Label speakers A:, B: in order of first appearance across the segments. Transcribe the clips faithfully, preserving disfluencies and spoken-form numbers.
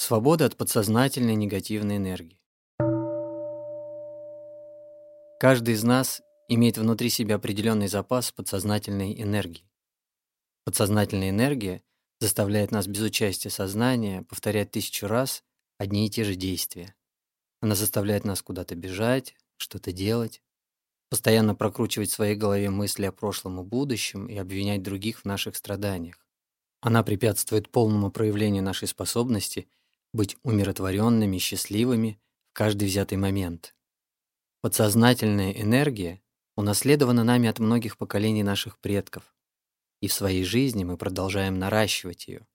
A: Свобода от подсознательной негативной энергии. Каждый из нас имеет внутри себя определенный запас подсознательной энергии. Подсознательная энергия заставляет нас без участия сознания повторять тысячу раз одни и те же действия. Она заставляет нас куда-то бежать, что-то делать, постоянно прокручивать в своей голове мысли о прошлом и будущем и обвинять других в наших страданиях. Она препятствует полному проявлению нашей способности быть умиротворенными, счастливыми в каждый взятый момент. Подсознательная энергия унаследована нами от многих поколений наших предков, и в своей жизни мы продолжаем наращивать ее.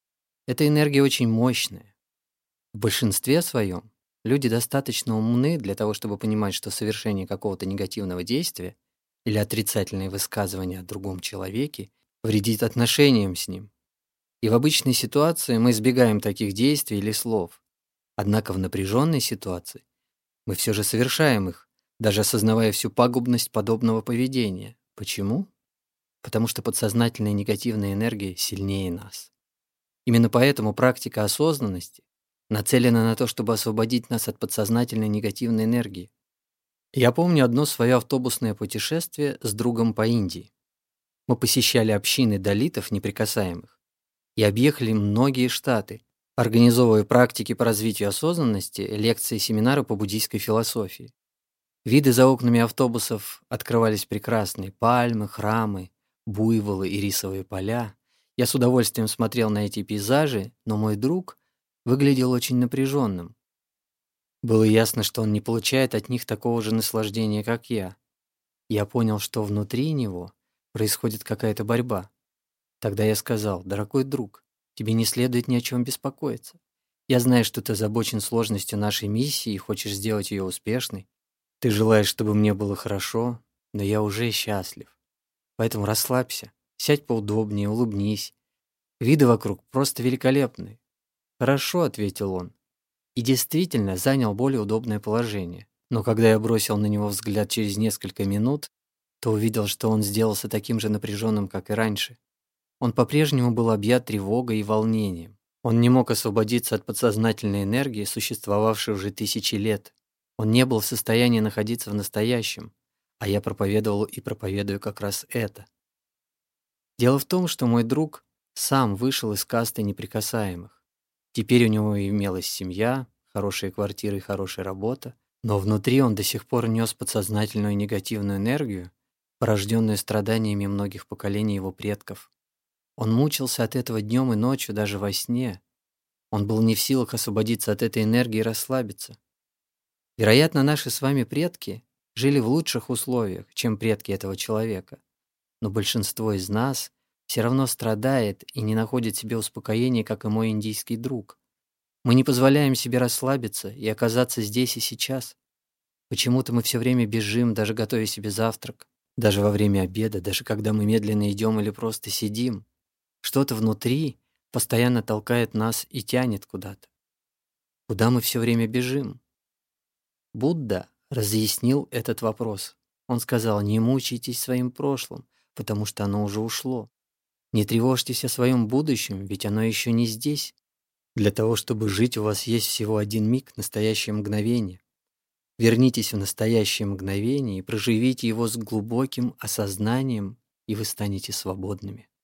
A: Эта энергия очень мощная. В большинстве своем люди достаточно умны для того, чтобы понимать, что совершение какого-то негативного действия или отрицательное высказывание о другом человеке вредит отношениям с ним. И в обычной ситуации мы избегаем таких действий или слов. Однако в напряженной ситуации мы все же совершаем их, даже осознавая всю пагубность подобного поведения. Почему? Потому что подсознательная негативная энергия сильнее нас. Именно поэтому практика осознанности нацелена на то, чтобы освободить нас от подсознательной негативной энергии. Я помню одно свое автобусное путешествие с другом по Индии. Мы посещали общины далитов неприкасаемых и объехали многие штаты, организовывая практики по развитию осознанности, лекции и семинары по буддийской философии. Виды за окнами автобусов открывались прекрасные: пальмы, храмы, буйволы и рисовые поля. Я с удовольствием смотрел на эти пейзажи, но мой друг выглядел очень напряженным. Было ясно, что он не получает от них такого же наслаждения, как я. Я понял, что внутри него происходит какая-то борьба. Тогда я сказал: «Дорогой друг, тебе не следует ни о чем беспокоиться. Я знаю, что ты озабочен сложностью нашей миссии и хочешь сделать ее успешной. Ты желаешь, чтобы мне было хорошо, но я уже счастлив. Поэтому расслабься, сядь поудобнее, улыбнись. Виды вокруг просто великолепные». «Хорошо», — ответил он, и действительно занял более удобное положение. Но когда я бросил на него взгляд через несколько минут, то увидел, что он сделался таким же напряженным, как и раньше. Он по-прежнему был объят тревогой и волнением. Он не мог освободиться от подсознательной энергии, существовавшей уже тысячи лет. Он не был в состоянии находиться в настоящем, а я проповедовал и проповедую как раз это. Дело в том, что мой друг сам вышел из касты неприкасаемых. Теперь у него имелась семья, хорошая квартира и хорошая работа, но внутри он до сих пор нес подсознательную негативную энергию, порожденную страданиями многих поколений его предков. Он мучился от этого днем и ночью, даже во сне. Он был не в силах освободиться от этой энергии и расслабиться. Вероятно, наши с вами предки жили в лучших условиях, чем предки этого человека. Но большинство из нас все равно страдает и не находит себе успокоения, как и мой индийский друг. Мы не позволяем себе расслабиться и оказаться здесь и сейчас. Почему-то мы все время бежим, даже готовя себе завтрак, даже во время обеда, даже когда мы медленно идем или просто сидим. Что-то внутри постоянно толкает нас и тянет куда-то. Куда мы все время бежим? Будда разъяснил этот вопрос. Он сказал: не мучайтесь своим прошлым, потому что оно уже ушло. Не тревожьтесь о своем будущем, ведь оно еще не здесь. Для того, чтобы жить, у вас есть всего один миг, настоящее мгновение. Вернитесь в настоящее мгновение и проживите его с глубоким осознанием, и вы станете свободными.